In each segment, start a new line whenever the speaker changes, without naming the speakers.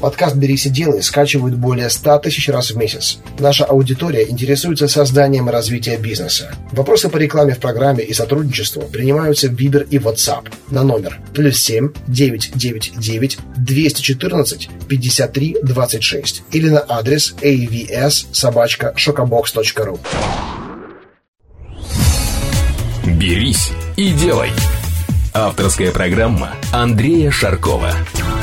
Подкаст «Берись и делай» скачивают более 100 тысяч раз в месяц. Наша аудитория интересуется созданием и развитием бизнеса. Вопросы по рекламе в программе и сотрудничеству принимаются в Viber и WhatsApp на номер +7 999 214 53 26 или на адрес avs@shokabox.ru.
«Берись и делай». Авторская программа Андрея Шаркова.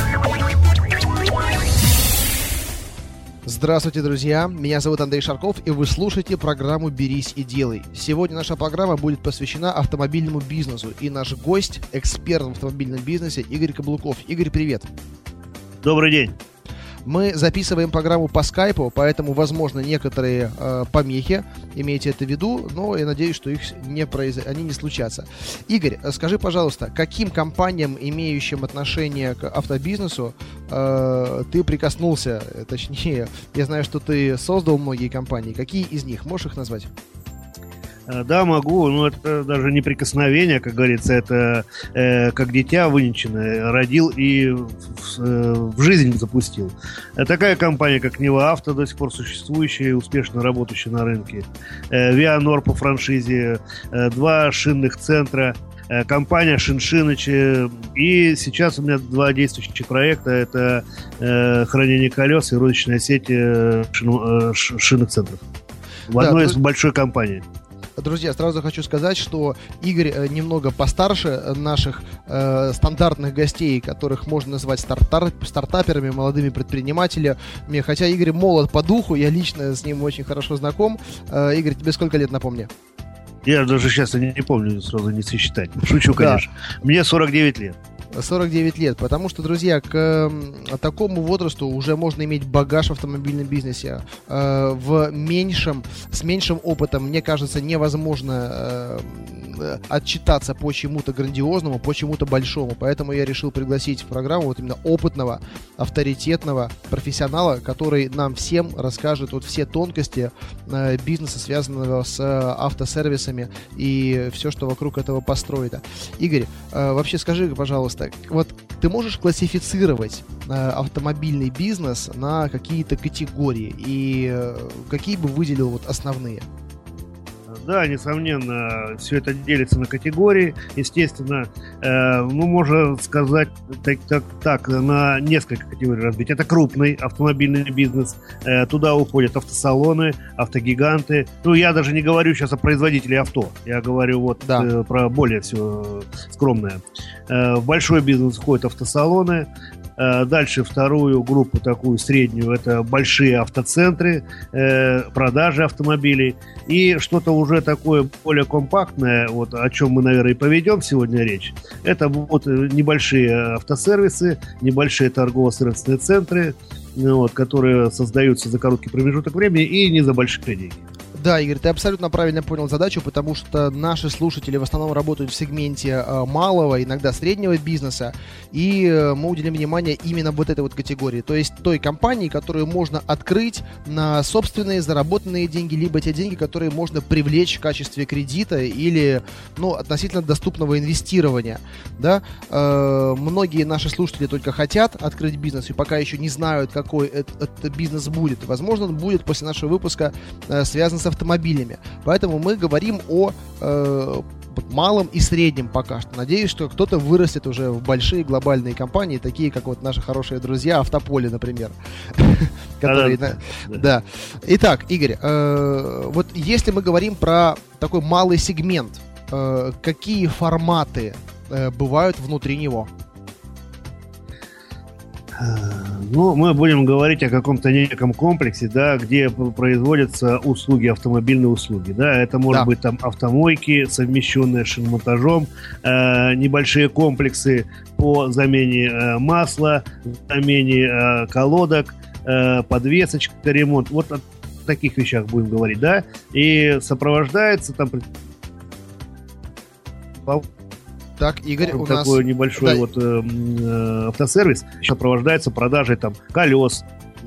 Здравствуйте, друзья! Меня зовут Андрей Шарков, и вы слушаете программу «Берись и делай». Сегодня наша программа будет посвящена автомобильному бизнесу, и наш гость – эксперт в автомобильном бизнесе Игорь Каблуков. Игорь, привет!
Добрый день!
Мы записываем программу по скайпу, поэтому, возможно, некоторые помехи, имейте это в виду, но я надеюсь, что они не случатся. Игорь, скажи, пожалуйста, каким компаниям, имеющим отношение к автобизнесу, ты прикоснулся? Точнее, я знаю, что ты создал многие компании. Какие из них? Можешь их назвать?
Да, могу, но это даже не прикосновение, как говорится, это как дитя выниченное, родил и в жизнь запустил. Такая компания, как Нева Авто, до сих пор существующая и успешно работающая на рынке. Вианор по франшизе, 2 шинных центра, компания Шиншиныч. И сейчас у меня 2 действующих проекта. Это хранение колес и розничная сеть шинных центров в одной из большой компании.
Друзья, сразу хочу сказать, что Игорь немного постарше наших стандартных гостей, которых можно назвать стартаперами, молодыми предпринимателями. Хотя Игорь молод по духу, я лично с ним очень хорошо знаком. Игорь, тебе сколько лет, напомни?
Я даже сейчас не помню, сразу не сосчитать. Шучу, конечно. Да. Мне 49 лет.
49 лет, потому что, друзья, к такому возрасту уже можно иметь багаж в автомобильном бизнесе. С меньшим опытом, мне кажется, невозможно отчитаться по чему-то грандиозному, по чему-то большому. Поэтому я решил пригласить в программу вот именно опытного, авторитетного профессионала, который нам всем расскажет вот все тонкости бизнеса, связанного с автосервисами и все, что вокруг этого построено. Игорь, вообще скажи, пожалуйста, вот ты можешь классифицировать автомобильный бизнес на какие-то категории, и какие бы выделил вот основные?
Да, несомненно, все это делится на категории. Естественно, можно сказать так, на несколько категорий разбить. Это крупный автомобильный бизнес. Туда уходят автосалоны, автогиганты. Я даже не говорю сейчас о производителе авто. Я говорю про более все скромное. В большой бизнес входят автосалоны. Дальше вторую группу, такую среднюю, это большие автоцентры, продажи автомобилей. И что-то уже такое более компактное, вот о чем мы, наверное, и поведем сегодня речь, это будут небольшие автосервисы, небольшие торгово-сервисные центры, которые создаются за короткий промежуток времени и не за большие деньги.
Да, Игорь, ты абсолютно правильно понял задачу, потому что наши слушатели в основном работают в сегменте малого, иногда среднего бизнеса, и мы уделим внимание именно вот этой вот категории, то есть той компании, которую можно открыть на собственные заработанные деньги, либо те деньги, которые можно привлечь в качестве кредита или, относительно доступного инвестирования, да. Многие наши слушатели только хотят открыть бизнес и пока еще не знают, какой этот бизнес будет. Возможно, он будет после нашего выпуска связан с автомобилями. Поэтому мы говорим о малом и среднем пока что. Надеюсь, что кто-то вырастет уже в большие глобальные компании, такие как вот наши хорошие друзья Автополе, например. Да. Итак, Игорь, вот если мы говорим про такой малый сегмент, какие форматы бывают внутри него?
Мы будем говорить о каком-то неком комплексе, да, где производятся услуги, автомобильные услуги. Да. Это может быть там автомойки, совмещенные с шиномонтажом, небольшие комплексы по замене масла, замене колодок, подвесочка, ремонт. Вот о таких вещах будем говорить, да. И сопровождается там...
Так, Игорь, у нас...
Такой небольшой автосервис сопровождается продажей там колес,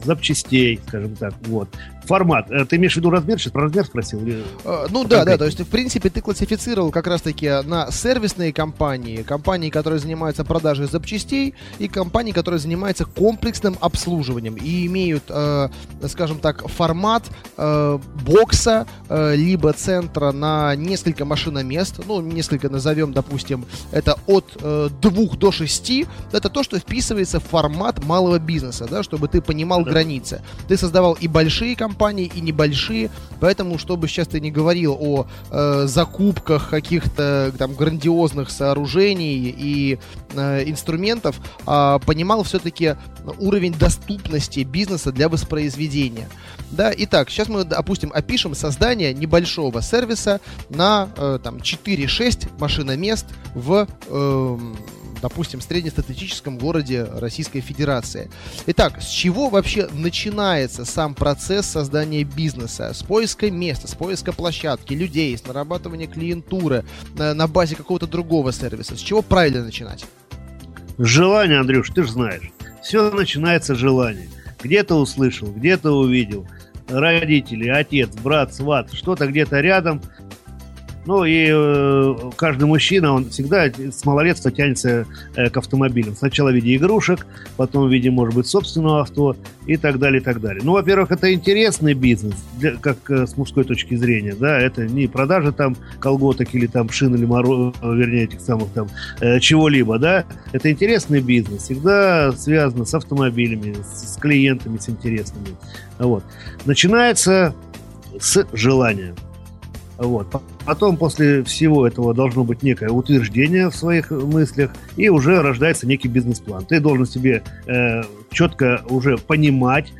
запчастей, скажем так, вот. Формат. Ты имеешь в виду размер? Сейчас про размер спросил?
Ну да, то есть в принципе ты классифицировал как раз-таки на сервисные компании, которые занимаются продажей запчастей, и компании, которые занимаются комплексным обслуживанием и имеют, скажем так, формат бокса, либо центра на несколько машиномест, несколько назовем, допустим, это от 2 до 6, это то, что вписывается в формат малого бизнеса, да, чтобы ты понимал границы. Ты создавал и большие компании, и небольшие, поэтому, чтобы сейчас ты не говорил о закупках каких-то там грандиозных сооружений и инструментов, понимал все-таки уровень доступности бизнеса для воспроизведения. Да, итак, сейчас мы, опишем создание небольшого сервиса на 4-6 машиномест в допустим, среднестатистическом городе Российской Федерации. Итак, с чего вообще начинается сам процесс создания бизнеса? С поиска места, с поиска площадки, людей, с нарабатывания клиентуры на базе какого-то другого сервиса. С чего правильно начинать?
Желание, Андрюш, ты же знаешь. Все начинается с желания. Где-то услышал, где-то увидел. Родители, отец, брат, сват, что-то где-то рядом. Ну и каждый мужчина, он всегда с малолетства тянется к автомобилям. Сначала в виде игрушек, потом в виде, может быть, собственного авто и так далее, и так далее. Ну, во-первых, это интересный бизнес, как с мужской точки зрения, да, это не продажа там колготок или там шин или вернее, этих самых там чего-либо, да, это интересный бизнес, всегда связано с автомобилями, с клиентами, с интересными. Вот. Начинается с желания. Вот. Потом после всего этого должно быть некое утверждение в своих мыслях, и уже рождается некий бизнес-план. Ты должен себе четко уже понимать,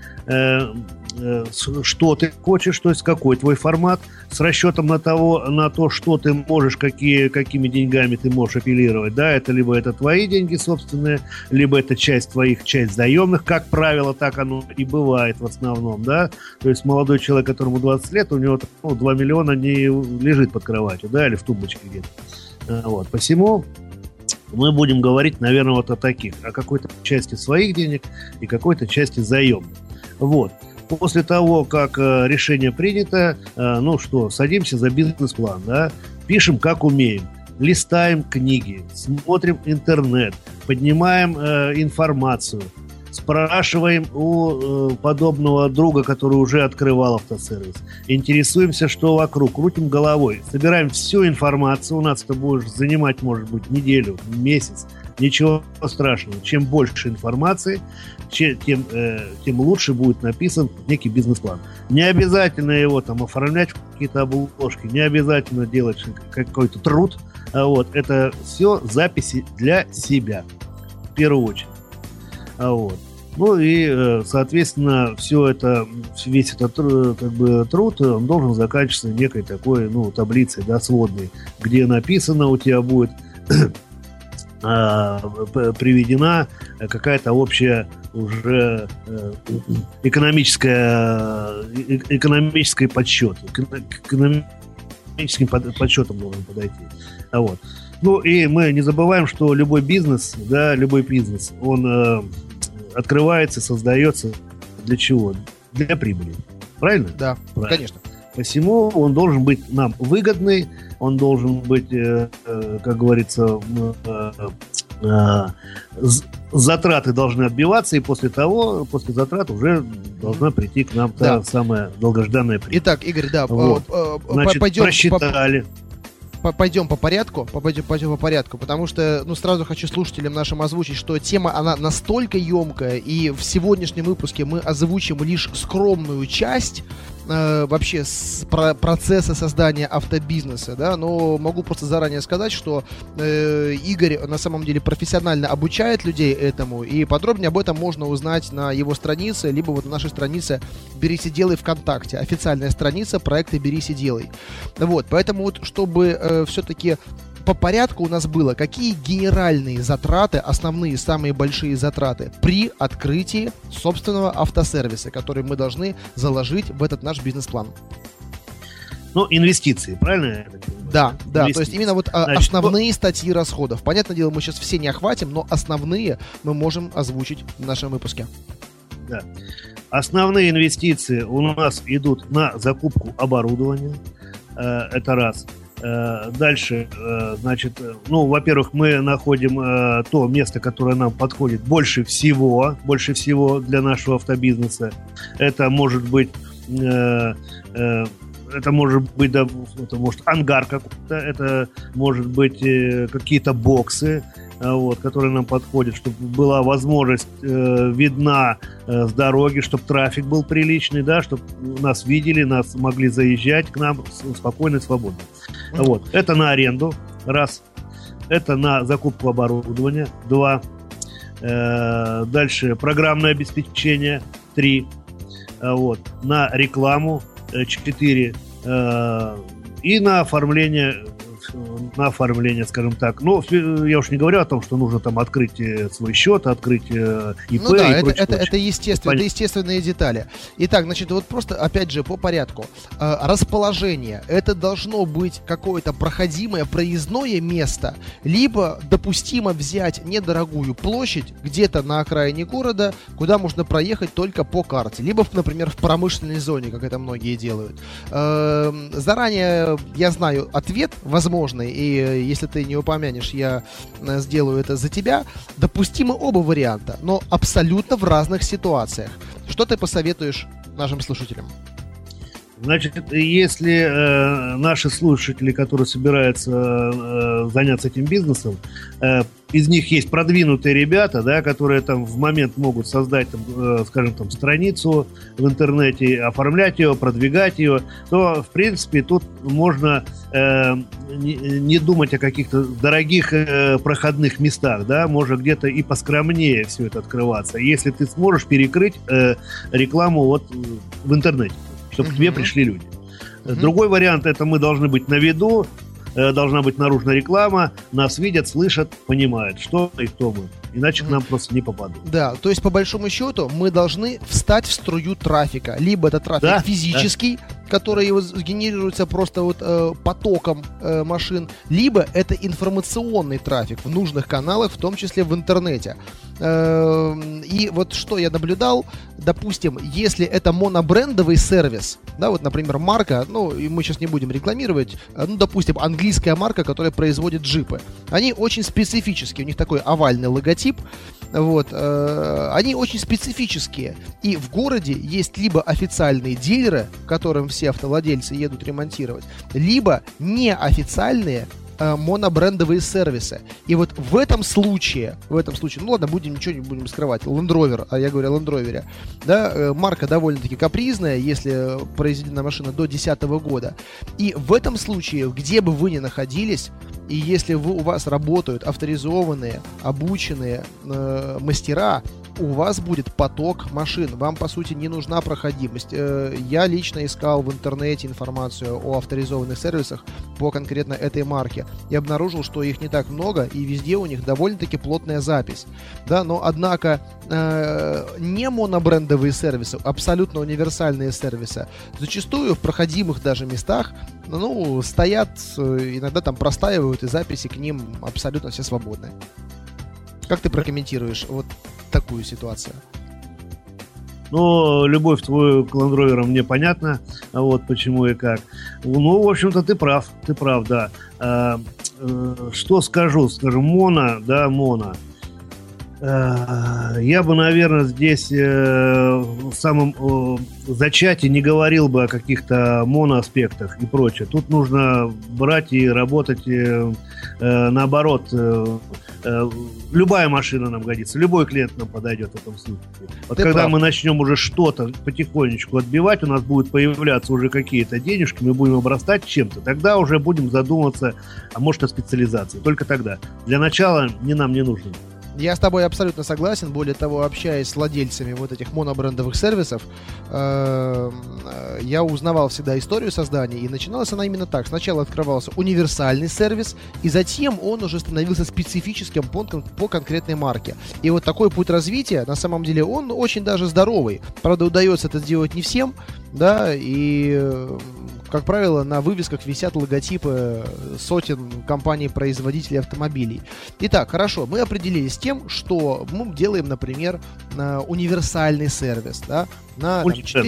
что ты хочешь, то есть какой твой формат, с расчетом на то, что ты можешь, какими деньгами ты можешь апеллировать. Да, это либо это твои деньги собственные, либо это часть заемных, как правило, так оно и бывает в основном, да. То есть молодой человек, которому 20 лет, у него 2 миллиона не лежит под кроватью, да, или в тумбочке где-то. Вот, посему мы будем говорить, наверное, вот о какой-то части своих денег и какой-то части заемных. Вот. После того, как решение принято, садимся за бизнес-план, да, пишем как умеем, листаем книги, смотрим интернет, поднимаем информацию, спрашиваем у подобного друга, который уже открывал автосервис, интересуемся, что вокруг, крутим головой, собираем всю информацию, у нас это будет занимать, может быть, неделю, месяц, ничего страшного. Чем больше информации, тем лучше будет написан некий бизнес-план. Не обязательно его там оформлять в какие-то обложки, не обязательно делать какой-то труд. Вот. Это все записи для себя, в первую очередь. Вот. Ну и, соответственно, весь этот труд, он должен заканчиваться некой такой, таблицей, да, сводной, где написано у тебя будет приведена какая-то общая уже экономический подсчет. Экономическим подсчетом должен подойти. Вот. Ну и мы не забываем, что любой бизнес, он открывается, создается для чего? Для прибыли. Правильно?
Да,
правильно.
Конечно.
Посему он должен быть нам выгодный, он должен быть, как говорится, затраты должны отбиваться, и после затрат уже должна прийти к нам та самая долгожданная прибыль.
Итак, Игорь, да,
вот. Просчитали.
Пойдем по порядку, потому что, сразу хочу слушателям нашим озвучить, что тема, она настолько емкая, и в сегодняшнем выпуске мы озвучим лишь скромную часть вообще процесса создания автобизнеса, да, но могу просто заранее сказать, что Игорь на самом деле профессионально обучает людей этому, и подробнее об этом можно узнать на его странице, либо вот на нашей странице «Берись и делай» ВКонтакте, официальная страница проекта «Берись и делай». Вот, поэтому вот, чтобы все-таки по порядку у нас было, какие генеральные затраты, основные, самые большие затраты при открытии собственного автосервиса, который мы должны заложить в этот наш бизнес-план.
Инвестиции, правильно?
Да, то есть именно вот основные статьи расходов. Понятное дело, мы сейчас все не охватим, но основные мы можем озвучить в нашем выпуске.
Да. Основные инвестиции у нас идут на закупку оборудования. Это раз. Дальше, значит, ну, во-первых, мы находим то место, которое нам подходит больше всего для нашего автобизнеса. Это может быть, да, это может ангар какой-то, это может быть какие-то боксы, вот, которые нам подходят, чтобы была возможность видна с дороги, чтобы трафик был приличный, да, чтобы нас видели, нас могли заезжать к нам спокойно и свободно. Вот. Это на аренду, раз. Это на закупку оборудования, два. Дальше программное обеспечение, 3. Вот. На рекламу, 4. И на оформление, скажем так. Ну, я уж не говорю о том, что нужно там открыть свой счет, открыть ИП.
Ну да,
и прочее.
это естественные детали. Итак, значит, вот просто, опять же, по порядку. Расположение. Это должно быть какое-то проходимое, проездное место, либо допустимо взять недорогую площадь где-то на окраине города, куда можно проехать только по карте. Либо, например, в промышленной зоне, как это многие делают. Заранее я знаю ответ возможный, и если ты не упомянешь, я сделаю это за тебя. Допустимы оба варианта, но абсолютно в разных ситуациях. Что ты посоветуешь нашим слушателям?
Значит, если наши слушатели, которые собираются заняться этим бизнесом, из них есть продвинутые ребята, да, которые там в момент могут создать, там, скажем, там, страницу в интернете, оформлять ее, продвигать ее, то, в принципе, тут можно не думать о каких-то дорогих проходных местах, да, можно где-то и поскромнее все это открываться, если ты сможешь перекрыть рекламу вот в интернете, чтобы к тебе пришли люди. Другой вариант — это мы должны быть на виду, должна быть наружная реклама, нас видят, слышат, понимают, что и кто мы. Иначе к нам просто не попадут.
Да, то есть по большому счету мы должны встать в струю трафика. Либо это трафик физический, который генерируется просто вот потоком машин, либо это информационный трафик в нужных каналах, в том числе в интернете. И вот что я наблюдал, допустим, если это монобрендовый сервис, да, вот, например, марка, ну, и мы сейчас не будем рекламировать, ну, допустим, английская марка, которая производит джипы. Они очень специфические, у них такой овальный логотип, вот, они очень специфические. И в городе есть либо официальные дилеры, к которым все автовладельцы едут ремонтировать, либо неофициальные монобрендовые сервисы. И вот в этом случае, ну ладно, ничего не будем скрывать, Land Rover, а я говорю о Land Rover, да, марка довольно-таки капризная, если произведена машина до 2010 года. И в этом случае, где бы вы ни находились, и если у вас работают авторизованные, обученные мастера, у вас будет поток машин. Вам, по сути, не нужна проходимость. Я лично искал в интернете информацию о авторизованных сервисах по конкретно этой марке и обнаружил, что их не так много, и везде у них довольно-таки плотная запись. Да, но, однако, не монобрендовые сервисы, абсолютно универсальные сервисы, зачастую в проходимых даже местах, ну, стоят, иногда там простаивают, и записи к ним абсолютно все свободны. Как ты прокомментируешь вот такую ситуацию?
Ну, любовь твою к Land Rover мне понятна, вот почему и как. Ну, в общем-то, ты прав, да. Что скажу? Скажем, моно. Я бы, наверное, здесь в самом зачатии не говорил бы о каких-то моноаспектах и прочее. Тут нужно брать и работать наоборот. Любая машина нам годится, любой клиент нам подойдет в этом случае. Вот ты когда прав. Мы начнем уже что-то потихонечку отбивать, у нас будут появляться уже какие-то денежки, мы будем обрастать чем-то, тогда уже будем задумываться, а может, о специализации. Только тогда. Для начала нам не нужно.
Я с тобой абсолютно согласен. Более того, общаясь с владельцами вот этих монобрендовых сервисов, я узнавал всегда историю создания, и начиналась она именно так. Сначала открывался универсальный сервис, и затем он уже становился специфическим пунктом по конкретной марке. И вот такой путь развития, на самом деле, он очень даже здоровый. Правда, удается это сделать не всем, да, и как правило, на вывесках висят логотипы сотен компаний-производителей автомобилей. Итак, хорошо, мы определились с тем, что мы делаем, например, универсальный сервис, да, на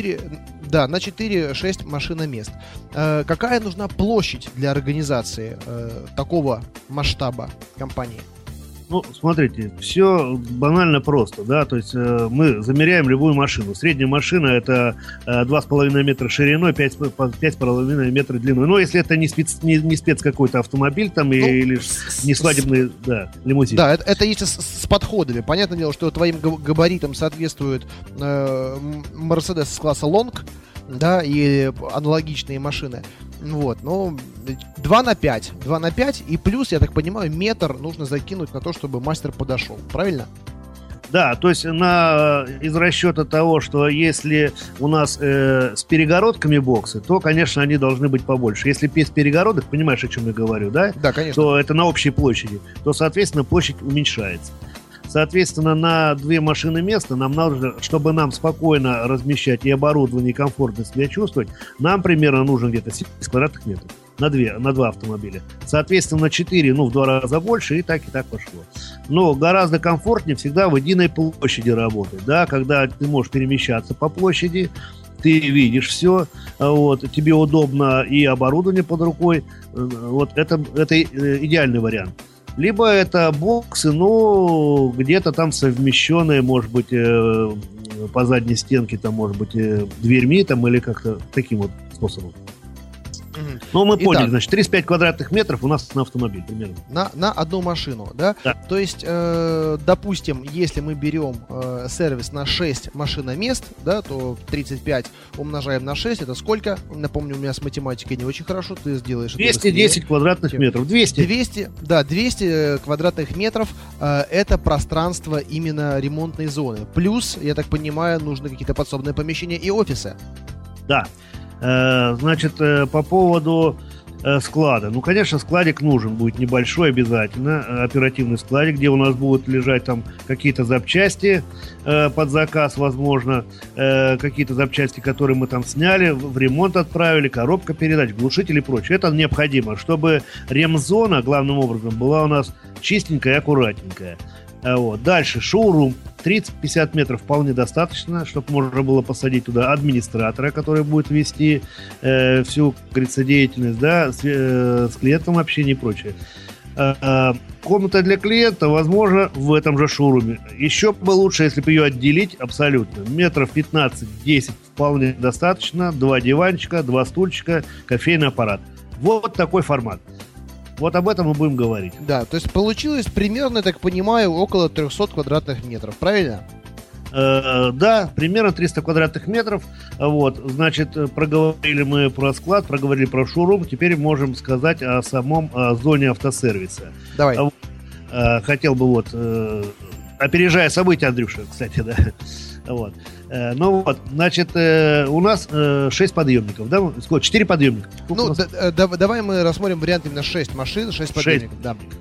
4-6 машиномест. Какая нужна площадь для организации такого масштаба компании?
Ну, смотрите, все банально просто, да, то есть мы замеряем любую машину. Средняя машина это 2,5 метра шириной, 5,5 метра длиной. Ну, если это не спец какой-то автомобиль там или не свадебный, лимузин.
Да, это если с подходами. Понятное дело, что твоим габаритам соответствует Mercedes с класса Long, да, и аналогичные машины. Вот, ну, 2 на 5, и плюс, я так понимаю, метр нужно закинуть на то, чтобы мастер подошел, правильно?
Да, то есть из расчета того, что если у нас с перегородками боксы, то, конечно, они должны быть побольше. Если без перегородок, понимаешь, о чем я говорю, да?
Да, конечно.
То это на общей площади, то, соответственно, площадь уменьшается. Соответственно, на 2 машины места нам нужно, чтобы нам спокойно размещать и оборудование, и комфортно себя чувствовать, нам примерно нужно где-то 70 квадратных метров на 2 автомобиля. Соответственно, на 4, в 2 раза больше, и так пошло. Но гораздо комфортнее всегда в единой площади работать, да, когда ты можешь перемещаться по площади, ты видишь все, вот, тебе удобно и оборудование под рукой, вот это идеальный вариант. Либо это боксы, где-то там совмещенные, может быть, по задней стенке, там, может быть, дверьми, там, или как-то таким вот способом. Ну, мы поняли, значит, 35 квадратных метров у нас на автомобиль примерно.
На одну машину, да? Да. То есть, допустим, если мы берем сервис на 6 машиномест, да, то 35 умножаем на 6, это сколько? Напомню, у меня с математикой не очень хорошо, ты сделаешь
210 квадратных метров. 200,
квадратных метров, это пространство именно ремонтной зоны. Плюс, я так понимаю, нужны какие-то подсобные помещения и офисы.
Да. Значит, по поводу склада. Ну, конечно, складик нужен будет небольшой обязательно, оперативный складик, где у нас будут лежать там какие-то запчасти под заказ, возможно, какие-то запчасти, которые мы там сняли, в ремонт отправили, коробка передач, глушитель и прочее. Это необходимо, чтобы ремзона, главным образом, была у нас чистенькая и аккуратненькая. Вот. Дальше шоурум. 30-50 метров вполне достаточно, чтобы можно было посадить туда администратора, который будет вести всю, как говорится, деятельность, да, с клиентом общение и прочее. Комната для клиента, возможно, в этом же шоуруме. Еще бы лучше, если бы ее отделить абсолютно. Метров 15-10 вполне достаточно. 2 диванчика, 2 стульчика, кофейный аппарат. Вот такой формат. Вот об этом мы будем говорить.
Да, то есть получилось примерно, я так понимаю, около 300 квадратных метров, правильно?
Да, примерно 300 квадратных метров. Вот, значит, проговорили мы про склад, проговорили про шоурум. Теперь можем сказать о самом зоне автосервиса.
Давай.
Хотел бы опережая события, Андрюша, кстати, да. Вот. Ну вот, значит, у нас 6 подъемников, да? Сколько? 4 подъемника.
Давай мы рассмотрим вариант именно 6 машин, 6 подъемников.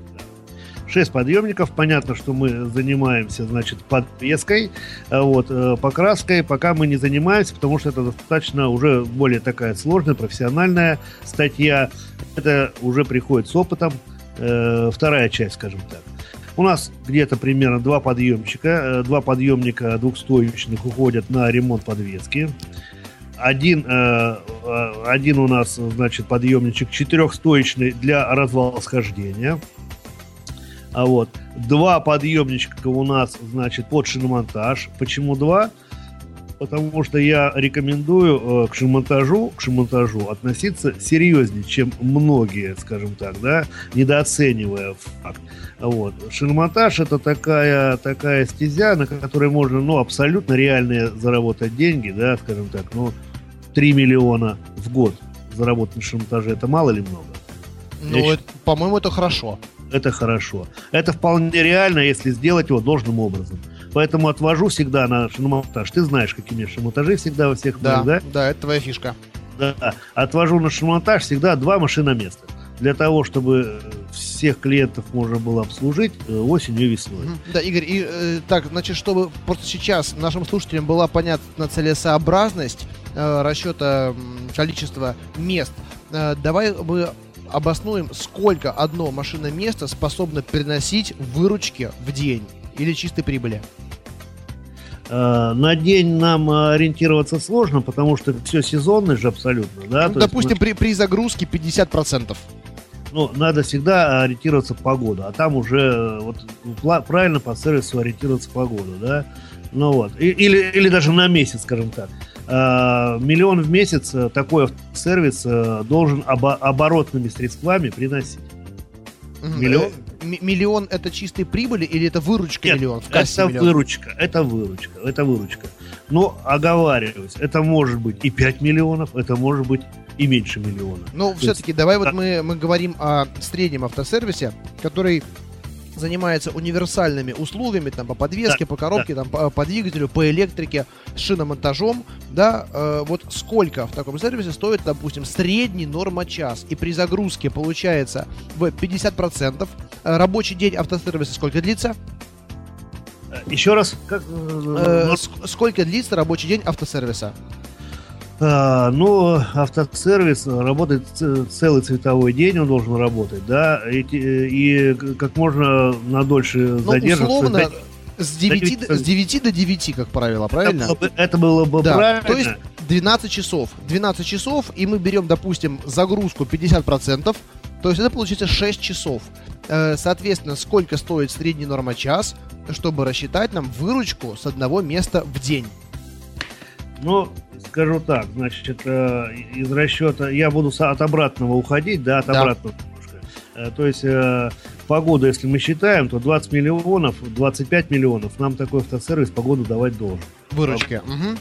6 подъемников. Понятно, что мы занимаемся, значит, подвеской, вот, покраской пока мы не занимаемся, потому что это достаточно уже более такая сложная, профессиональная статья. Это уже приходит с опытом. Вторая часть, скажем так. У нас где-то примерно 2 подъемника двухстоечных уходят на ремонт подвески. Один у нас, значит, подъемничек 4-стоечный для развалосхождения. А вот 2 подъемничка у нас, значит, под шиномонтаж. Почему 2? Потому что я рекомендую к шиномонтажу относиться серьезнее, чем многие, скажем так, да, недооценивая факт. Вот. Шиномонтаж — это такая стезя, на которой можно, абсолютно реальные заработать деньги, да, скажем так, 3 миллиона в год заработать на шиномонтаже — это мало или много?
По-моему, это хорошо.
Это хорошо. Это вполне реально, если сделать его должным образом. Поэтому отвожу всегда на шиномонтаж. Ты знаешь, какие у меня шиномонтажи всегда во всех
да? Да, это твоя фишка.
Да, отвожу на шиномонтаж всегда 2 машиноместа. Для того, чтобы всех клиентов можно было обслужить осенью и весной.
Да, Игорь, так, значит, чтобы просто сейчас нашим слушателям была понятна целесообразность расчета количества мест, давай мы обоснуем, сколько одно машиноместо способно приносить выручки в день или чистой прибыли.
На день нам ориентироваться сложно, потому что все сезонное же абсолютно. Да?
Ну, допустим, при загрузке 50%.
Ну, надо всегда ориентироваться по году, а там уже вот, правильно по сервису ориентироваться по году, да? Ну вот, или даже на месяц, скажем так. 1 миллион в месяц такой сервис должен оборотными средствами приносить. Миллион?
Миллион это чистой прибыли или это выручка? Нет, миллион? В кассе
это
миллион?
это выручка. Но оговариваюсь, это может быть и 5 миллионов, это может быть и меньше миллиона.
Ну, все-таки давай вот мы говорим о среднем автосервисе, который занимается универсальными услугами там, по подвеске, по коробке, там, по двигателю, по электрике, с шиномонтажом, да, вот сколько в таком сервисе стоит, допустим, средний норма-час, и при загрузке получается в 50%. Рабочий день автосервиса сколько длится?
Еще раз,
сколько длится рабочий день автосервиса?
Ну, автосервис работает целый цветовой день, он должен работать, да, и как можно надольше задерживаться.
Условно, с 9 до 9, как правило, правильно?
Это было бы правильно.
То есть 12 часов. 12 часов, и мы берем, допустим, загрузку 50%, то есть это получится 6 часов. Соответственно, сколько стоит средний норма-час, чтобы рассчитать нам выручку с одного места в день?
Ну, скажу так, значит, из расчета я буду от обратного уходить, да, от обратного. То есть погоду, если мы считаем, то 20 миллионов, 25 миллионов нам такой автосервис погоду давать должен.
Выручки.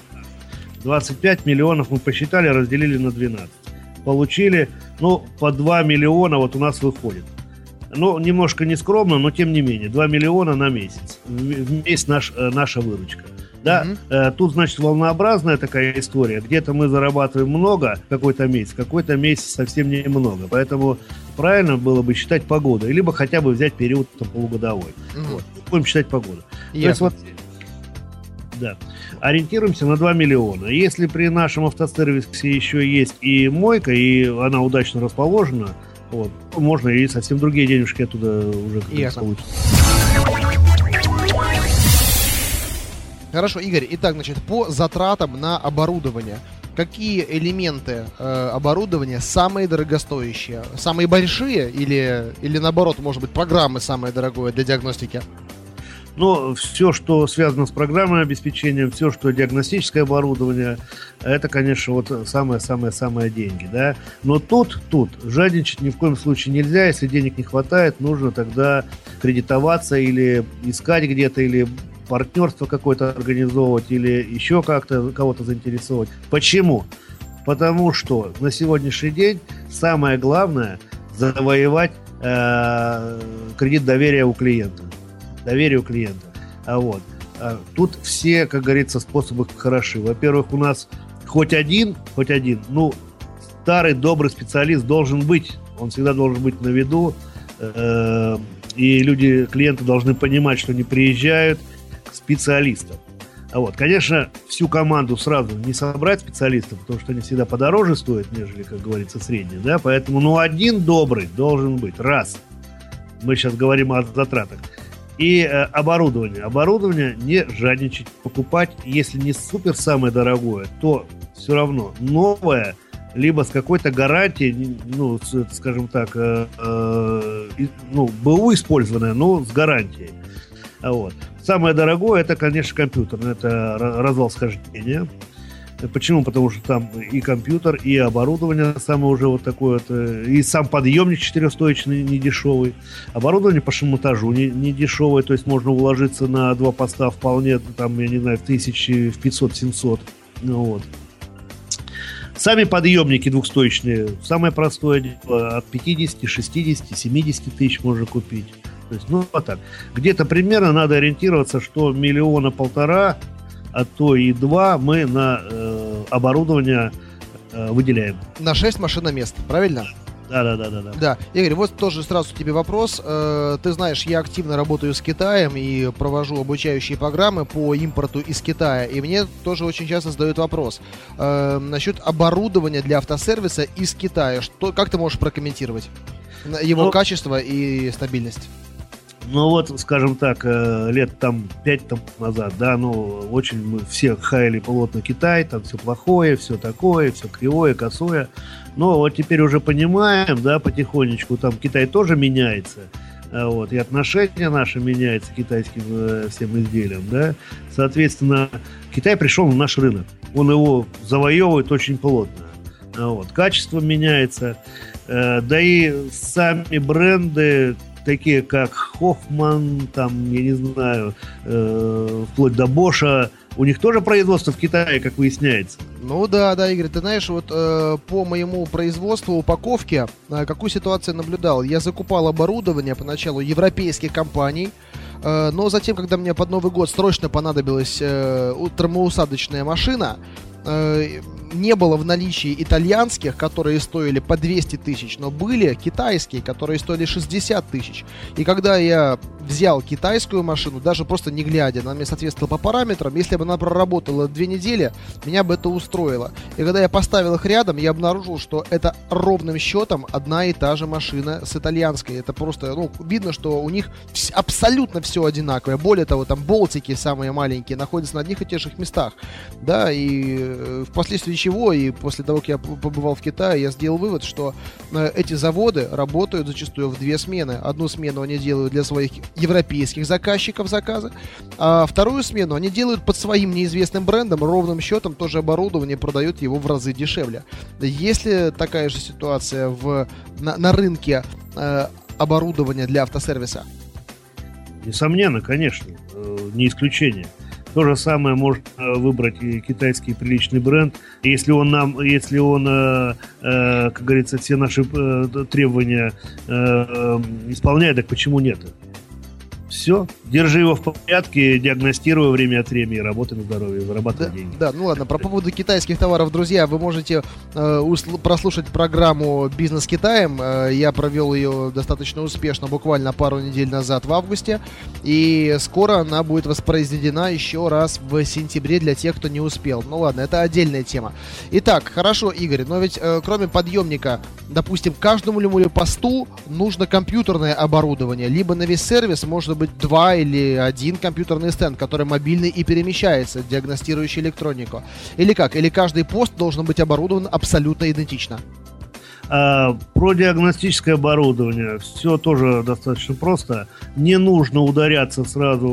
25 миллионов мы посчитали, разделили на 12. Получили, ну, по 2 миллиона вот у нас выходит. Ну, немножко нескромно, но тем не менее, 2 миллиона на месяц. В месяц наша выручка. Да, тут, значит, волнообразная такая история. Где-то мы зарабатываем много какой-то месяц совсем немного. Поэтому правильно было бы считать погоду. Либо хотя бы взять период там, полугодовой. Вот. Будем считать погоду. То есть, вот, да, ориентируемся на 2 миллиона. Если при нашем автосервисе еще есть и мойка, и она удачно расположена, вот, можно и совсем другие денежки оттуда уже получить.
Хорошо, Игорь, итак, значит, по затратам на оборудование. Какие элементы оборудования самые дорогостоящие? Самые большие или наоборот, может быть, программы самое дорогое для диагностики?
Ну, все, что связано с программным обеспечением, все, что диагностическое оборудование, это, конечно, вот самое-самое-самое деньги, да. Но тут жадничать ни в коем случае нельзя. Если денег не хватает, нужно тогда кредитоваться или искать где-то, или партнерство какое-то организовывать, или еще как-то кого-то заинтересовать. Почему? Потому что на сегодняшний день самое главное завоевать кредит доверия у клиента. Вот. Тут все, как говорится, способы хороши. Во-первых, у нас хоть один, ну, старый добрый специалист должен быть. Он всегда должен быть на виду. И клиенты должны понимать, что они приезжают к специалистам. Вот. Конечно, всю команду сразу не собрать специалистов, потому что они всегда подороже стоят, нежели, как говорится, средние. Да? Поэтому, ну, один добрый должен быть. Раз. Мы сейчас говорим о затратах. И оборудование. Оборудование не жадничать, покупать. Если не супер самое дорогое, то все равно новое, либо с какой-то гарантией, ну, скажем так, БУ использованное, но с гарантией. Вот. Самое дорогое, это, конечно, компьютер. Это развал схождения. Почему? Потому что там и компьютер, и оборудование самое уже вот такое вот, и сам подъемник четырехстоечный не дешевый. Оборудование по шиномонтажу не дешевое, то есть можно уложиться на 2 поста вполне, там, я не знаю, в 500-700. Ну, вот. Сами подъемники двухстоечные, самое простое дело, от 50, 60, 70 тысяч можно купить. То есть, ну, вот так. Где-то примерно надо ориентироваться, что 1,5 миллиона, а то и 2 мы на оборудование выделяем.
На 6 машиномест, правильно?
Да.
Да, Игорь, вот тоже сразу тебе вопрос. Ты знаешь, я активно работаю с Китаем и провожу обучающие программы по импорту из Китая. И мне тоже очень часто задают вопрос насчет оборудования для автосервиса из Китая. Как ты можешь прокомментировать его качество и стабильность?
Ну вот, скажем так, лет там 5 назад, да, очень мы все хаяли плотно Китай, там все плохое, все такое, все кривое, косое. Но вот теперь уже понимаем, да, потихонечку, там Китай тоже меняется, вот, и отношение наше меняется к китайским всем изделиям, да. Соответственно, Китай пришел на наш рынок, он его завоевывает очень плотно, вот, качество меняется, да и сами бренды, такие как Хоффман, там, я не знаю, вплоть до Боша, у них тоже производство в Китае, как выясняется.
Ну да, Игорь, ты знаешь, вот по моему производству упаковки, какую ситуацию наблюдал? Я закупал оборудование поначалу европейских компаний, но затем, когда мне под Новый год срочно понадобилась термоусадочная машина, не было в наличии итальянских, которые стоили по 200 тысяч, но были китайские, которые стоили 60 тысяч. И когда я взял китайскую машину, даже просто не глядя, она мне соответствовала по параметрам, если бы она проработала 2 недели, меня бы это устроило. И когда я поставил их рядом, я обнаружил, что это ровным счетом одна и та же машина с итальянской. Это просто, видно, что у них абсолютно все одинаковое. Более того, там болтики самые маленькие находятся на одних и тех же местах. Да, и впоследствии чего, и после того, как я побывал в Китае, я сделал вывод, что эти заводы работают зачастую в 2 смены. Одну смену они делают для своих европейских заказчиков заказы, а вторую смену они делают под своим неизвестным брендом, ровным счетом тоже оборудование продают его в разы дешевле. Есть ли такая же ситуация на рынке оборудования для автосервиса?
Несомненно, конечно, не исключение. То же самое можно выбрать и китайский приличный бренд. Если он, как говорится, все наши требования исполняет, так почему нет? Все, держи его в порядке, диагностируй время от времени, работай на здоровье, зарабатывай деньги.
Да, ну ладно, про поводу китайских товаров, друзья, вы можете прослушать программу «Бизнес Китаем». Я провел ее достаточно успешно, буквально пару недель назад в августе, и скоро она будет воспроизведена еще раз в сентябре для тех, кто не успел. Ну ладно, это отдельная тема. Итак, хорошо, Игорь, но ведь кроме подъемника, допустим, каждому посту нужно компьютерное оборудование, либо на весь сервис может быть 2 или 1 компьютерный стенд, который мобильный и перемещается, диагностирующий электронику. Или как? Или каждый пост должен быть оборудован абсолютно идентично?
Про диагностическое оборудование все тоже достаточно просто. Не нужно ударяться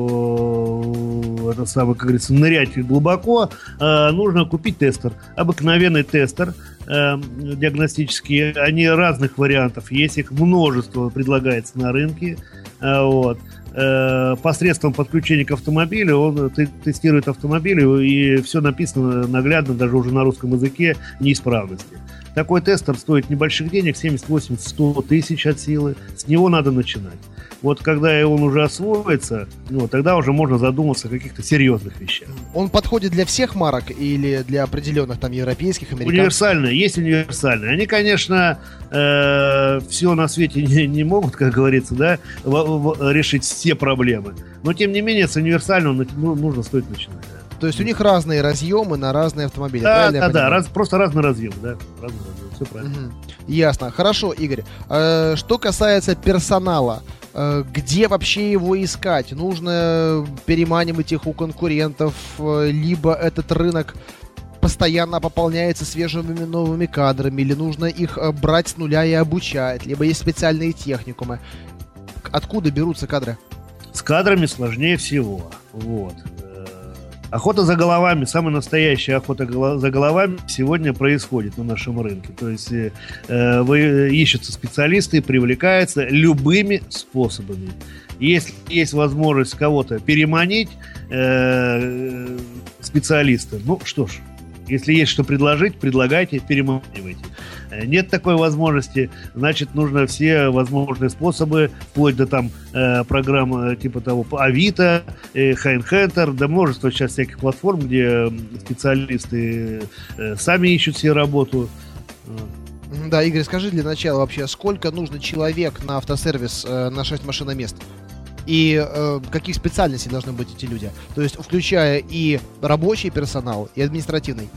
сразу, как говорится, нырять глубоко. Нужно купить тестер. Обыкновенный тестер диагностический. Они разных вариантов есть. Их множество предлагается на рынке. Вот. Посредством подключения к автомобилю он тестирует автомобиль, и все написано наглядно, даже уже на русском языке, неисправности. Такой тестер стоит небольших денег, 70, 80, 100 тысяч от силы. С него надо начинать. Вот когда он уже освоится, тогда уже можно задуматься о каких-то серьезных вещах.
Он подходит для всех марок или для определенных там европейских, американских?
Универсальные, есть универсальные. Они, конечно, все на свете не могут, как говорится, да, решить все проблемы. Но, тем не менее, с универсальным стоит начинать. Да.
То есть у них разные разъемы на разные автомобили, правильно?
Да, просто разный разъем, да. Все правильно.
Ясно. Хорошо, Игорь. Что касается персонала, где вообще его искать? Нужно переманивать их у конкурентов, либо этот рынок постоянно пополняется свежими новыми кадрами, или нужно их брать с нуля и обучать, либо есть специальные техникумы. Откуда берутся кадры?
С кадрами сложнее всего. Вот. Охота за головами, самая настоящая охота за головами сегодня происходит на нашем рынке. То есть ищутся специалисты, привлекаются любыми способами. Если есть возможность кого-то переманить, специалиста, что ж, если есть что предложить, предлагайте, переманивайте. Нет такой возможности, значит, нужно все возможные способы, вплоть до программ типа того Авито, Хайнхентер, да множество сейчас всяких платформ, где специалисты сами ищут себе работу.
Да, Игорь, скажи для начала вообще, сколько нужно человек на автосервис на 6 машиномест? И каких специальностей должны быть эти люди? То есть, включая и рабочий персонал, и административный.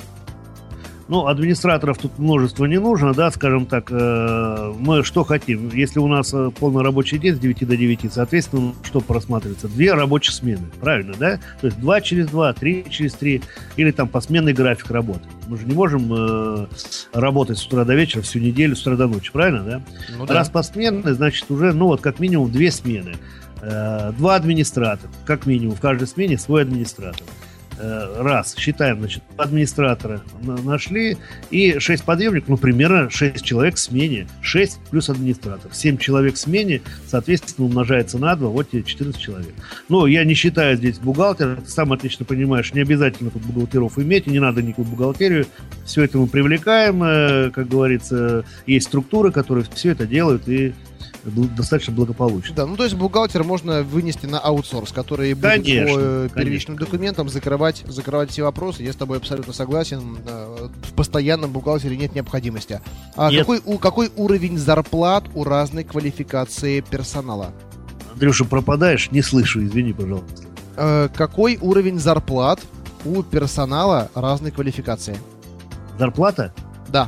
Ну, администраторов тут множество не нужно, да, скажем так, мы что хотим? Если у нас полный рабочий день с 9 до 9, соответственно, что просматривается? 2 рабочие смены, правильно, да? То есть 2 через 2, 3 через 3, или там посменный график работы. Мы же не можем работать с утра до вечера всю неделю, с утра до ночи, правильно, да? Ну, да. Раз посменный, значит, уже, ну, вот как минимум 2 смены. 2 администратора, как минимум, в каждой смене свой администратор. Раз, считаем, значит, администратора нашли, и 6 подъемников, ну, примерно 6 человек в смене, 6 плюс администратор, 7 человек в смене, соответственно, умножается на 2, вот тебе 14 человек. Ну, я не считаю здесь бухгалтера, ты сам отлично понимаешь, не обязательно тут бухгалтеров иметь, и не надо никакую бухгалтерию, все это мы привлекаем, как говорится, есть структуры, которые все это делают, и достаточно благополучно.
Да, ну то есть бухгалтера можно вынести на аутсорс, который будет по первичным документам закрывать все вопросы. Я с тобой абсолютно согласен. В постоянном бухгалтере нет необходимости. А нет. Какой уровень зарплат у разной квалификации персонала?
Андрюша, пропадаешь? Не слышу, извини, пожалуйста.
Какой уровень зарплат у персонала разной квалификации?
Зарплата?
Да.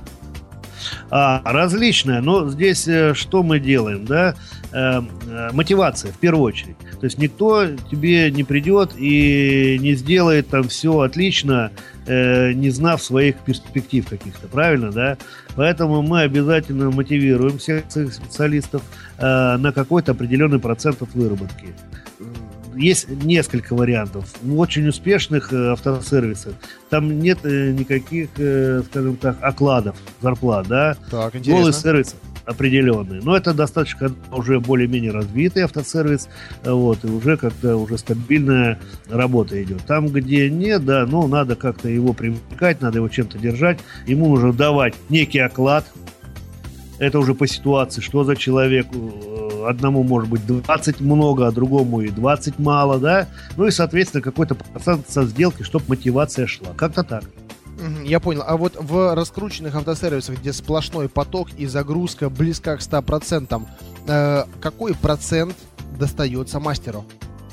Различная, но здесь что мы делаем, да? Мотивация в первую очередь. То есть никто тебе не придет и не сделает там все отлично, не знав своих перспектив каких-то, правильно, да? Поэтому мы обязательно мотивируем всех своих специалистов на какой-то определенный процент от выработки. Есть несколько вариантов. В очень успешных автосервисах там нет никаких, скажем так, окладов, зарплат, да?
Так, интересно.
Голый сервис определенный. Но это достаточно уже более-менее развитый автосервис, вот, и уже как-то уже стабильная работа идет. Там, где нет, да, ну, надо как-то его привлекать, надо его чем-то держать. Ему нужно давать некий оклад. Это уже по ситуации, что за человек. Одному может быть 20 много, а другому и 20 мало, да? Ну и, соответственно, какой-то процент со сделки, чтобы мотивация шла. Как-то так.
Я понял. А вот в раскрученных автосервисах, где сплошной поток и загрузка близка к 100%, какой процент достается мастеру?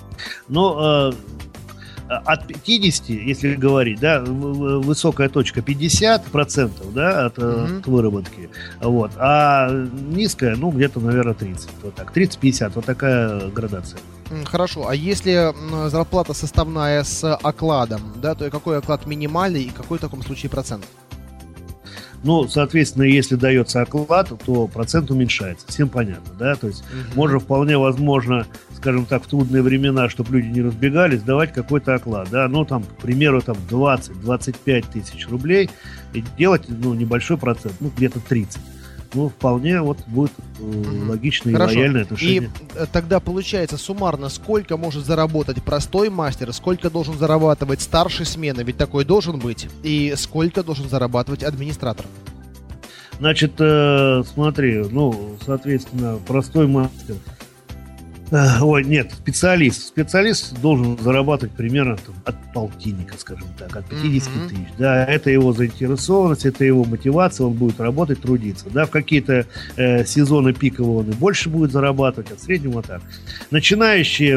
Ну, от 50, если говорить, да, высокая точка 50%, да, от выработки, вот, а низкая, ну, где-то, наверное, 30, вот так, 30-50, вот такая градация.
Хорошо, а если зарплата составная с окладом, да, то какой оклад минимальный и какой в таком случае процент?
Ну, соответственно, если дается оклад, то процент уменьшается. Всем понятно, да? То есть можно вполне возможно, скажем так, в трудные времена, чтобы люди не разбегались, давать какой-то оклад, да? Ну, там, к примеру, там 20-25 тысяч рублей и делать, ну, небольшой процент, ну, где-то 30. Ну, вполне вот будет логичное и лояльное отношение.
И тогда получается суммарно, сколько может заработать простой мастер, сколько должен зарабатывать старший смены, ведь такой должен быть, и сколько должен зарабатывать администратор?
Значит, смотри, ну, соответственно, простой мастер. Ой, нет, специалист. Специалист должен зарабатывать примерно там, от полтинника, скажем так, от 50 тысяч. Да, это его заинтересованность, это его мотивация, он будет работать, трудиться. Да, в какие-то сезоны пиковые он и больше будет зарабатывать, от среднего так. Начинающие,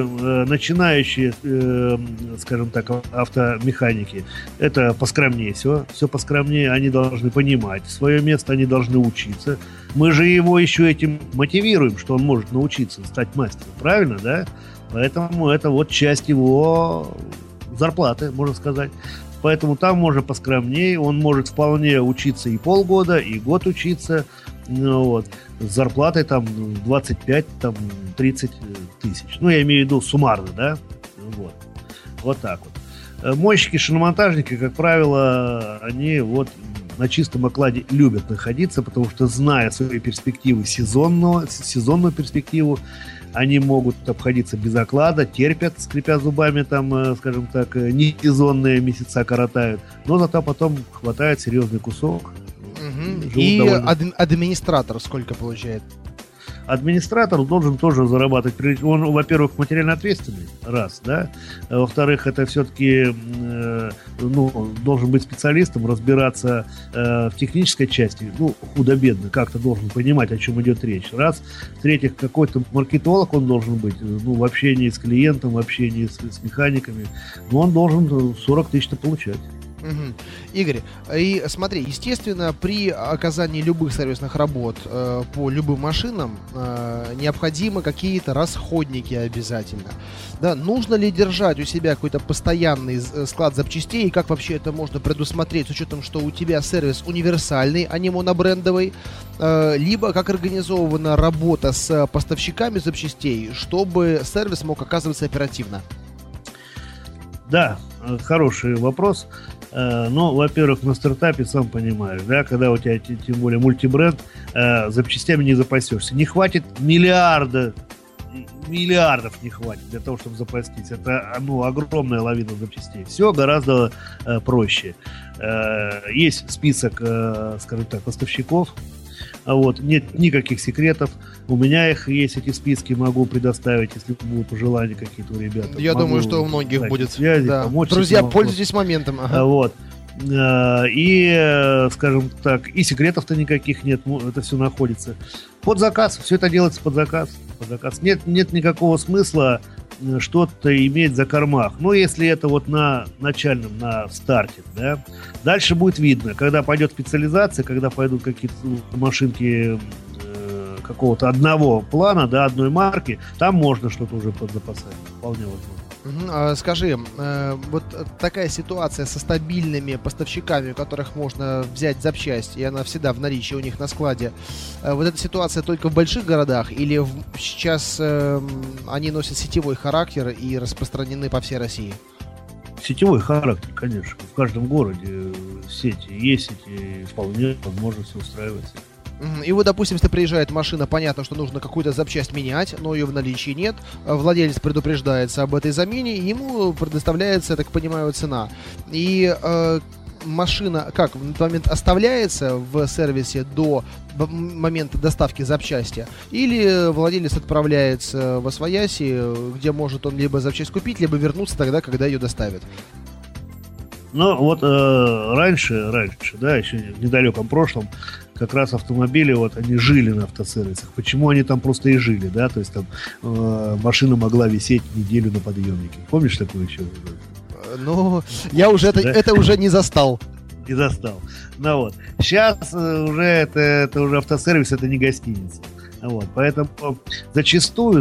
скажем так, автомеханики, это поскромнее все поскромнее, они должны понимать свое место, они должны учиться. Мы же его еще этим мотивируем, что он может научиться стать мастером, правильно, да? Поэтому это вот часть его зарплаты, можно сказать. Поэтому там можно поскромнее, он может вполне учиться и полгода, и год учиться, ну, вот, с зарплатой там 25-30 тысяч. Ну, я имею в виду суммарно, да? Вот так вот. Мойщики, шиномонтажники, как правило, они вот на чистом окладе любят находиться, потому что, зная свои перспективы сезонную перспективу, они могут обходиться без оклада, терпят, скрипя зубами, там, скажем так, не сезонные месяца коротают, но зато потом хватает серьезный кусок.
И администратор сколько получает?
администратор должен тоже зарабатывать. Он, во-первых, материально ответственный, раз, да. Во-вторых, это все-таки должен быть специалистом, разбираться в технической части, худо-бедно, как-то должен понимать, о чем идет речь. Раз. В-третьих, какой-то маркетолог он должен быть, в общении с клиентом, в общении с механиками. Но он должен 40 тысяч получать.
Угу. Игорь, и смотри, естественно, при оказании любых сервисных работ по любым машинам необходимы какие-то расходники обязательно. Да, нужно ли держать у себя какой-то постоянный склад запчастей, и как вообще это можно предусмотреть с учетом, что у тебя сервис универсальный, а не монобрендовый, либо как организована работа с поставщиками запчастей, чтобы сервис мог оказываться оперативно?
Да, хороший вопрос. Во-первых, на стартапе, сам понимаешь, да, когда у тебя тем более мультибренд, запчастями не запасешься. Не хватит миллиардов не хватит для того, чтобы запастись. Это огромная лавина запчастей. Все гораздо проще. Есть список, скажем так, поставщиков. Нет никаких секретов. У меня есть эти списки, могу предоставить, если будут пожелания какие-то у ребят.
Я думаю, что у многих будет.
Связи,
да.
Помочь.
Друзья, пользуйтесь моментом. Ага.
И, скажем так, и секретов-то никаких нет, это все находится. Под заказ, все это делается под заказ. Нет никакого смысла что-то иметь за кормах. Если это на начальном, на старте, да. Дальше будет видно, когда пойдет специализация, когда пойдут какие-то машинки какого-то одного плана, да, одной марки, там можно что-то уже подзапасать. Вполне возможно.
Скажи, вот такая ситуация со стабильными поставщиками, у которых можно взять запчасть, и она всегда в наличии у них на складе, вот эта ситуация только в больших городах, или сейчас они носят сетевой характер и распространены по всей России?
Сетевой характер, конечно. В каждом городе сети есть, и вполне возможно все устраивается.
И вот, допустим, если приезжает машина, понятно, что нужно какую-то запчасть менять, но ее в наличии нет. Владелец предупреждается об этой замене, и ему предоставляется, я так понимаю, цена. И машина, как, в этот момент оставляется в сервисе до момента доставки запчасти, или владелец отправляется в освояси, где может он либо запчасть купить, либо вернуться тогда, когда ее доставят?
Раньше, да, еще в недалеком прошлом, как раз автомобили, они жили на автосервисах. Почему они там просто и жили, да? То есть там машина могла висеть неделю на подъемнике. Помнишь такое еще?
Я уже это уже не застал.
Не застал. Сейчас уже это уже автосервис, это не гостиница. Поэтому зачастую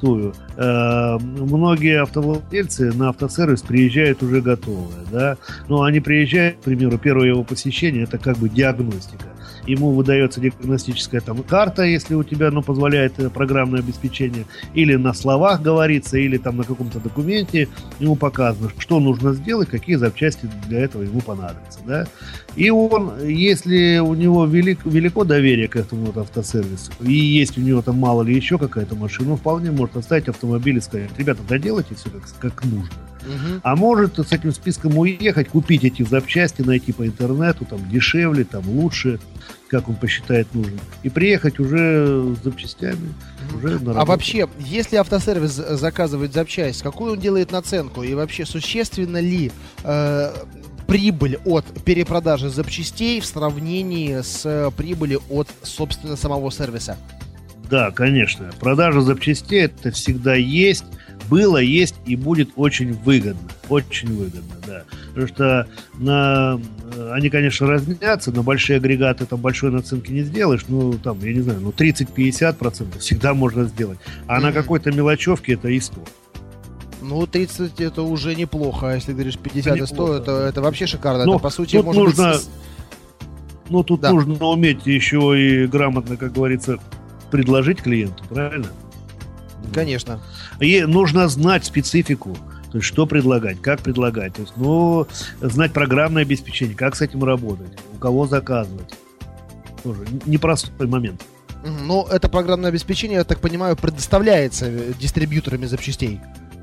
многие автовладельцы на автосервис приезжают уже готовые, да. Но они приезжают, к примеру, первое его посещение, это как бы диагностика. Ему выдается диагностическая карта, если у тебя позволяет программное обеспечение, или на словах говорится, или на каком-то документе ему показано, что нужно сделать, какие запчасти для этого ему понадобятся, да. И он, если у него велико доверие к этому автосервису, и есть у него мало ли еще какая-то машина, он вполне может оставить автомобиль и сказать: ребята, доделайте все как нужно. Угу. А может с этим списком уехать, купить эти запчасти, найти по интернету, дешевле, лучше, как он посчитает нужным, и приехать уже с запчастями, уже на работу.
А вообще, если автосервис заказывает запчасть, какую он делает наценку? И вообще, существенно ли прибыль от перепродажи запчастей в сравнении с прибылью от, собственно, самого сервиса?
Да, конечно. Продажа запчастей это всегда есть, было, есть и будет очень выгодно. Очень выгодно, да. Потому что они, конечно, разнятся, на большие агрегаты большой наценки не сделаешь, я не знаю, 30-50% всегда можно сделать. А на какой-то мелочевке это и 100.
30 это уже неплохо, а если говоришь 50 и 100, это вообще шикарно. Это, по сути,
тут
может
нужно,
быть...
тут нужно уметь еще и грамотно, как говорится, предложить клиенту, правильно?
Конечно.
И нужно знать специфику, то есть что предлагать, как предлагать, то есть, знать программное обеспечение, как с этим работать, у кого заказывать. Тоже непростой момент.
Но это программное обеспечение, я так понимаю, предоставляется дистрибьюторами запчастей.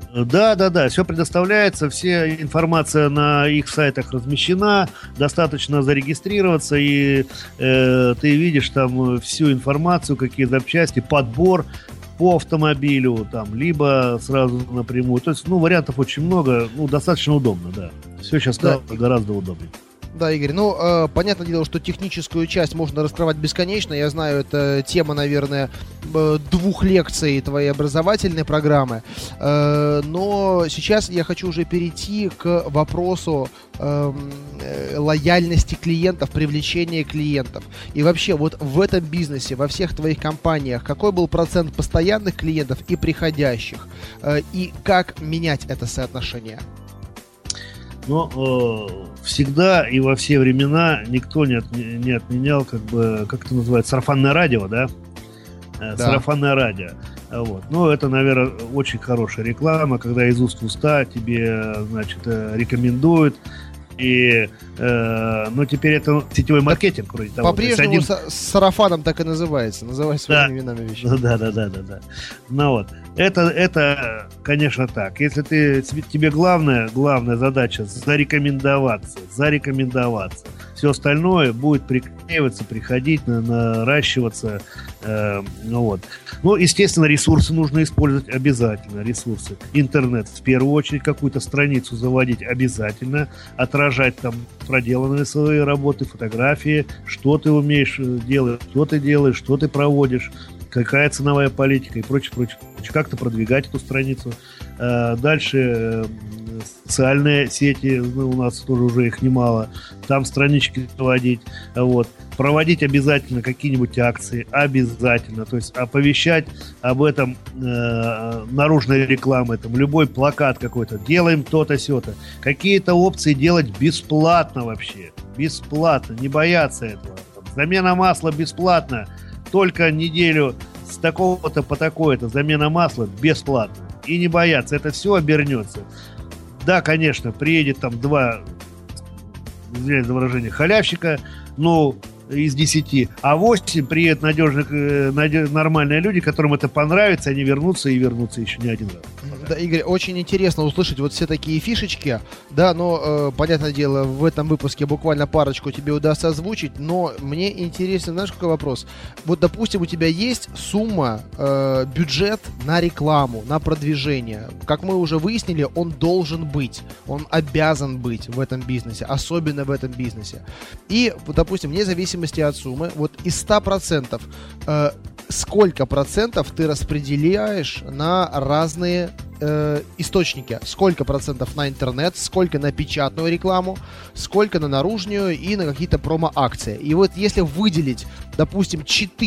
Да, все предоставляется, вся информация на их сайтах размещена, достаточно зарегистрироваться, и ты видишь там всю информацию, какие запчасти, подбор по автомобилю, там, либо сразу напрямую. То есть, вариантов очень много, достаточно удобно, да. Все сейчас стало гораздо удобнее.
Да, Игорь, понятное дело, что техническую часть можно раскрывать бесконечно. Я знаю, это тема, наверное, 2 лекций твоей образовательной программы. Но сейчас я хочу уже перейти к вопросу лояльности клиентов, привлечения клиентов. И вообще, вот в этом бизнесе, во всех твоих компаниях, какой был процент постоянных клиентов и приходящих? И как менять это соотношение?
Всегда и во все времена никто не отменял, как это называется, сарафанное радио, да? Сарафанное радио. Вот. Это, наверное, очень хорошая реклама, когда из уст в уста тебе, рекомендуют. И, теперь это сетевой маркетинг, вроде того.
По-прежнему с сарафаном так и называется. Называй своими именами вещи.
Да. Это, конечно, так. Если тебе главная задача зарекомендоваться. Все остальное будет приклеиваться, приходить, наращиваться. Естественно, ресурсы нужно использовать обязательно. Ресурсы. Интернет, в первую очередь, какую-то страницу заводить обязательно. Отражать там проделанные свои работы, фотографии, что ты умеешь делать, что ты делаешь, что ты проводишь, какая ценовая политика и прочее. Как-то продвигать эту страницу. Дальше социальные сети, у нас тоже уже их немало, там странички заводить, проводить обязательно какие-нибудь акции, обязательно, то есть оповещать об этом наружной рекламой, там любой плакат какой-то, делаем то-то, сё-то, какие-то опции делать бесплатно вообще, бесплатно, не бояться этого, замена масла бесплатно, только неделю с такого-то по такое-то, замена масла бесплатно, и не бояться, это все обернется. Да, конечно, приедет там 2, извиняюсь за выражение, халявщика, из 10, а 8 приедут нормальные люди, которым это понравится, они вернутся еще не один раз.
Да, Игорь, очень интересно услышать вот все такие фишечки, да, но, понятное дело, в этом выпуске буквально парочку тебе удастся озвучить, но мне интересен, знаешь, какой вопрос? Вот, допустим, у тебя есть сумма, бюджет на рекламу, на продвижение. Как мы уже выяснили, он должен быть, он обязан быть в этом бизнесе, особенно в этом бизнесе. И, вот, допустим, вне зависимости от суммы, вот из 100%, сколько процентов ты распределяешь на разные источники? Сколько процентов на интернет, сколько на печатную рекламу, сколько на наружную и на какие-то промо-акции? И вот если выделить, допустим,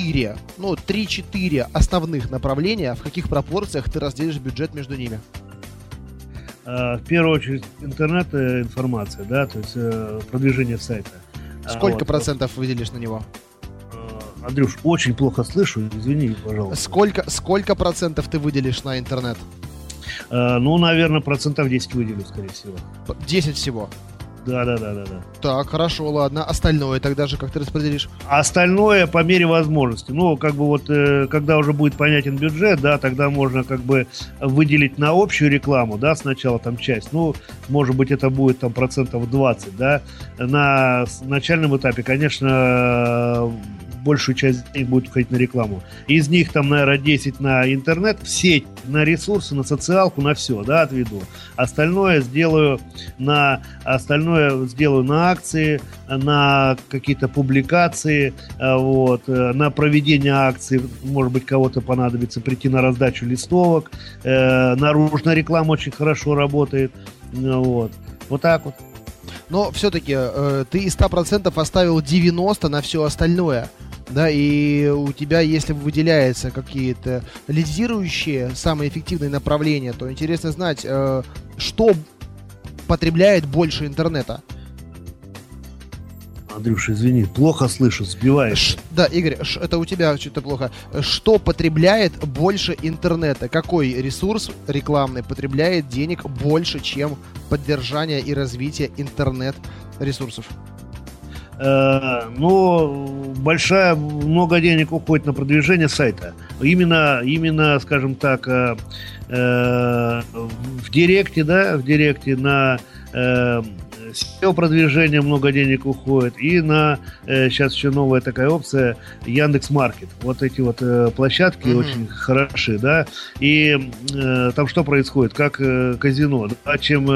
3-4 основных направления, в каких пропорциях ты разделишь бюджет между ними?
В первую очередь интернет-информация, да, то есть продвижение сайта.
Сколько процентов выделишь на него?
Андрюш, очень плохо слышу, извини, пожалуйста.
Сколько процентов ты выделишь на интернет?
Наверное, 10% выделю, скорее всего.
10 всего?
Да.
Так, хорошо, ладно. Остальное тогда же как ты распределишь?
Остальное по мере возможности. Когда уже будет понятен бюджет, да, тогда можно выделить на общую рекламу, да, сначала там часть. Может быть, это будет там 20%, да. На начальном этапе, конечно, большую часть денег будет уходить на рекламу. Из них там, наверное, 10 на интернет, в сеть, на ресурсы, на социалку, на все, да, отведу. Остальное сделаю на акции, на какие-то публикации, на проведение акций. Может быть, кого-то понадобится прийти на раздачу листовок. Наружная реклама очень хорошо работает. Вот так вот.
Но все-таки ты из 100% оставил 90% на все остальное. Да, и у тебя, если выделяются какие-то лидирующие, самые эффективные направления, то интересно знать, что потребляет больше интернета.
Андрюша, извини, плохо слышу, сбиваешь.
Да, Игорь, это у тебя что-то плохо. Что потребляет больше интернета? Какой ресурс рекламный потребляет денег больше, чем поддержание и развитие интернет-ресурсов?
много денег уходит на продвижение сайта. Именно, скажем так, в Директе, на SEO-продвижение много денег уходит, и на сейчас еще новая такая опция Яндекс.Маркет. Вот эти вот площадки очень хороши, да, и там что происходит? Как казино, да?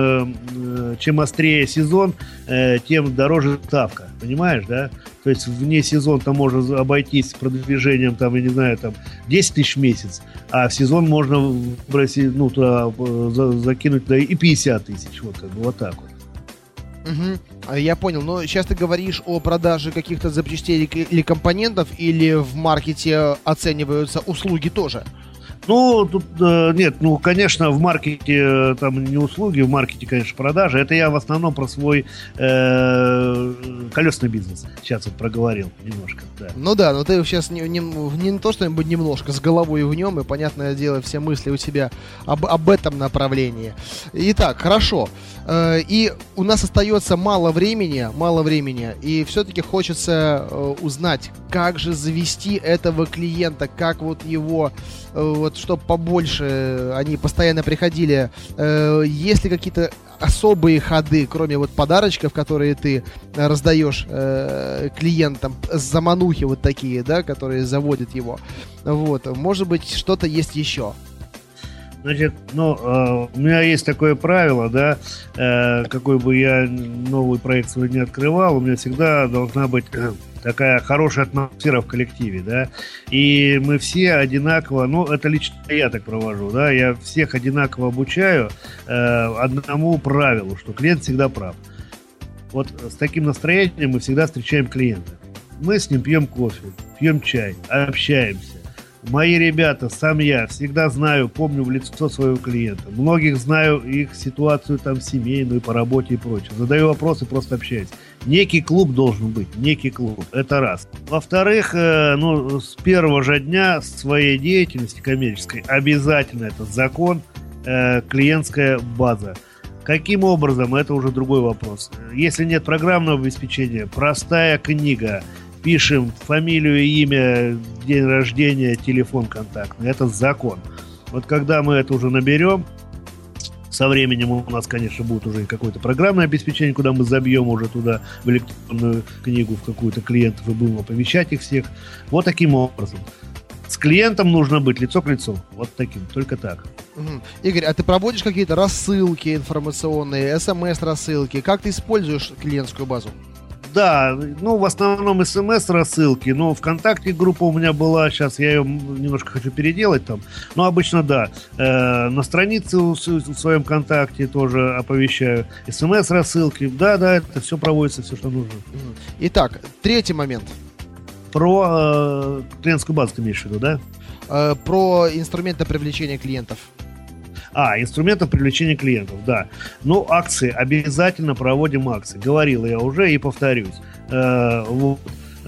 Чем острее сезон, тем дороже ставка, понимаешь, да? То есть вне сезон там можно обойтись с продвижением, там, я не знаю, там 10 тысяч в месяц, а в сезон можно туда закинуть и 50 тысяч, вот как бы вот так вот.
Угу. Я понял, но сейчас ты говоришь о продаже каких-то запчастей или компонентов, или в маркете оцениваются услуги тоже?
Тут нет, конечно, в маркете там не услуги, в маркете, конечно, продажи. Это я в основном про свой колесный бизнес сейчас вот проговорил немножко, да.
Ну да, но ты сейчас не то, что немножко, с головой в нем, и, понятное дело, все мысли у тебя об этом направлении. Итак, хорошо. И у нас остается мало времени, и все-таки хочется узнать, как же завести этого клиента, как вот его, чтобы побольше они постоянно приходили. Есть ли какие-то особые ходы, кроме вот подарочков, которые ты раздаешь клиентам, заманухи вот такие, да, которые заводят его? Вот, может быть, что-то есть еще?
Значит, у меня есть такое правило, да, какой бы я новый проект свой не открывал, у меня всегда должна быть такая хорошая атмосфера в коллективе, да, и мы все одинаково, это лично я так провожу, да, я всех одинаково обучаю одному правилу, что клиент всегда прав. Вот с таким настроением мы всегда встречаем клиента. Мы с ним пьем кофе, пьем чай, общаемся. Мои ребята, сам я всегда знаю, помню в лицо своего клиента. Многих знаю их ситуацию там семейную, по работе и прочее. Задаю вопросы, просто общаюсь. Некий клуб должен быть, некий клуб. Это раз. Во-вторых, с первого же дня своей деятельности коммерческой обязательно этот закон, клиентская база. Каким образом, это уже другой вопрос. Если нет программного обеспечения, простая книга. Пишем фамилию, имя, день рождения, телефон контактный. Это закон. Вот когда мы это уже наберем, со временем у нас, конечно, будет уже какое-то программное обеспечение, куда мы забьем уже туда в электронную книгу, в какую-то клиентов и будем оповещать их всех. Вот таким образом. С клиентом нужно быть лицо к лицу. Вот таким, только так.
Игорь, а ты проводишь какие-то рассылки информационные, смс-рассылки? Как ты используешь клиентскую базу?
Да, в основном СМС-рассылки, но ВКонтакте группа у меня была, сейчас я ее немножко хочу переделать там, но обычно да, на странице в своем ВКонтакте тоже оповещаю, СМС-рассылки, да, это все проводится, все, что нужно.
Итак, третий момент.
Про клиентскую базу ты имеешь в виду, да?
Про инструменты привлечения клиентов.
Инструментов привлечения клиентов, да. Акции, обязательно проводим акции. Говорил я уже и повторюсь. То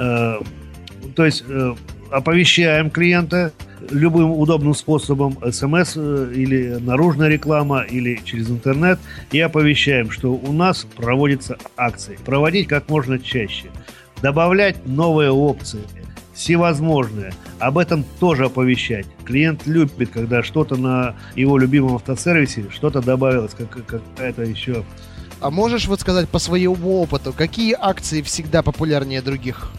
есть оповещаем клиента любым удобным способом, СМС или наружная реклама, или через интернет, и оповещаем, что у нас проводятся акции. Проводить как можно чаще. Добавлять новые опции. Всевозможные. Об этом тоже оповещать. Клиент любит, когда что-то на его любимом автосервисе, что-то добавилось, какая-то еще.
А можешь вот сказать по своему опыту, какие акции всегда популярнее других?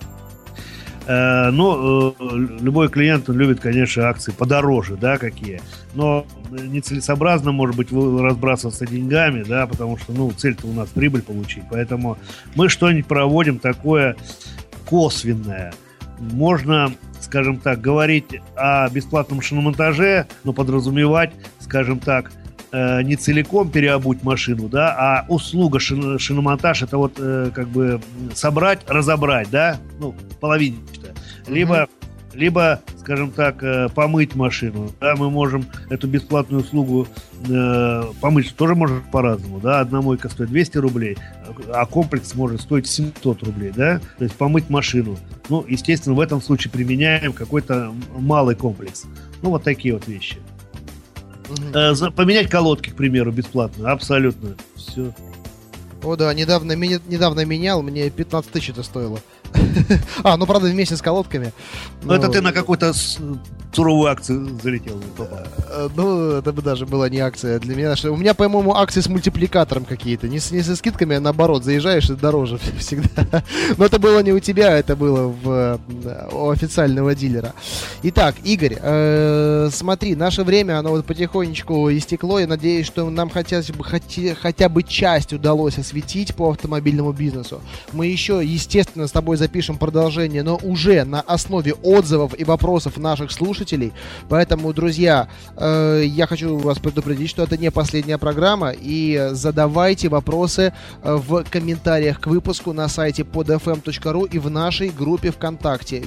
Любой клиент любит, конечно, акции подороже, да, какие. Но нецелесообразно, может быть, разбрасываться деньгами, да, потому что, цель-то у нас прибыль получить. Поэтому мы что-нибудь проводим такое косвенное. Можно, скажем так, говорить о бесплатном шиномонтаже, но подразумевать, скажем так, не целиком переобуть машину, да, а услуга шиномонтаж — это вот как бы собрать, разобрать, да, половинчато. Либо, скажем так, помыть машину. Да, мы можем эту бесплатную услугу помыть тоже можно по-разному. Да, одна мойка стоит 200 рублей, а комплекс может стоить 700 рублей. Да? То есть помыть машину. Естественно, в этом случае применяем какой-то малый комплекс. Вот такие вот вещи. Поменять колодки, к примеру, бесплатно. Абсолютно. Все.
О, да, недавно менял, мне 15 тысяч это стоило. Ну, правда, вместе с колодками.
Ну, это ты на какую-то суровую акцию залетел.
Ну, это бы даже была не акция для меня. У меня, по-моему, акции с мультипликатором какие-то. Не со скидками, а наоборот, заезжаешь и дороже всегда. Но это было не у тебя, это было у официального дилера. Итак, Игорь, смотри, наше время, оно вот потихонечку истекло. Я надеюсь, что нам хотя бы часть удалось осветить по автомобильному бизнесу. Мы еще, естественно, с тобой запишем продолжение, но уже на основе отзывов и вопросов наших слушателей. Поэтому, друзья, я хочу вас предупредить, что это не последняя программа, и задавайте вопросы в комментариях к выпуску на сайте podfm.ru и в нашей группе ВКонтакте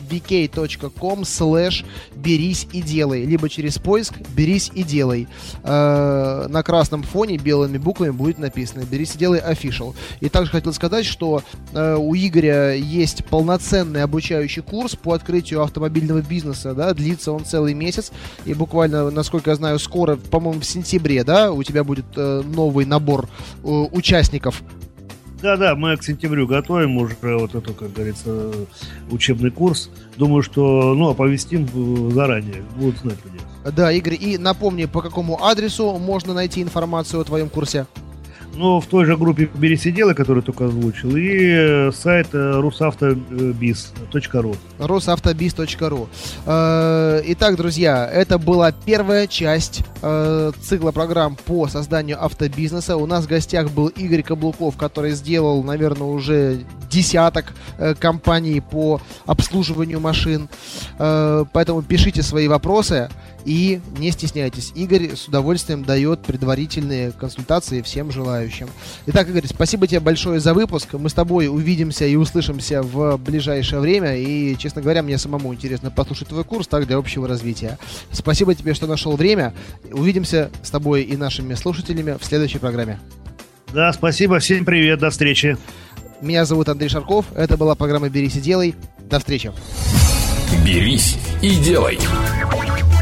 vk.com/берись и делай, либо через поиск «Берись и делай». На красном фоне белыми буквами будет написано «Берись и делай official». И также хотел сказать, что у Игоря есть полноценный обучающий курс по открытию автомобильного бизнеса, да, длится он целый месяц, и буквально, насколько я знаю, скоро, по-моему, в сентябре, да, у тебя будет новый набор участников.
Да, мы к сентябрю готовим уже вот эту, как говорится, учебный курс. Думаю, что, оповестим заранее, будут знать люди. Да,
Игорь, и напомни, по какому адресу можно найти информацию о твоем курсе?
В той же группе «Берись и делай», которую только озвучил, и сайт rusautobiz.ru.
rusautobiz.ru. Итак, друзья, это была первая часть цикла программ по созданию автобизнеса. У нас в гостях был Игорь Каблуков, который сделал, наверное, уже десяток компаний по обслуживанию машин. Поэтому пишите свои вопросы и не стесняйтесь. Игорь с удовольствием дает предварительные консультации всем желающим. Итак, Игорь, спасибо тебе большое за выпуск. Мы с тобой увидимся и услышимся в ближайшее время. И, честно говоря, мне самому интересно послушать твой курс, так, для общего развития. Спасибо тебе, что нашел время. Увидимся с тобой и нашими слушателями в следующей программе.
Да, спасибо. Всем привет. До встречи.
Меня зовут Андрей Шарков. Это была программа «Берись и делай». До встречи.
«Берись и делай».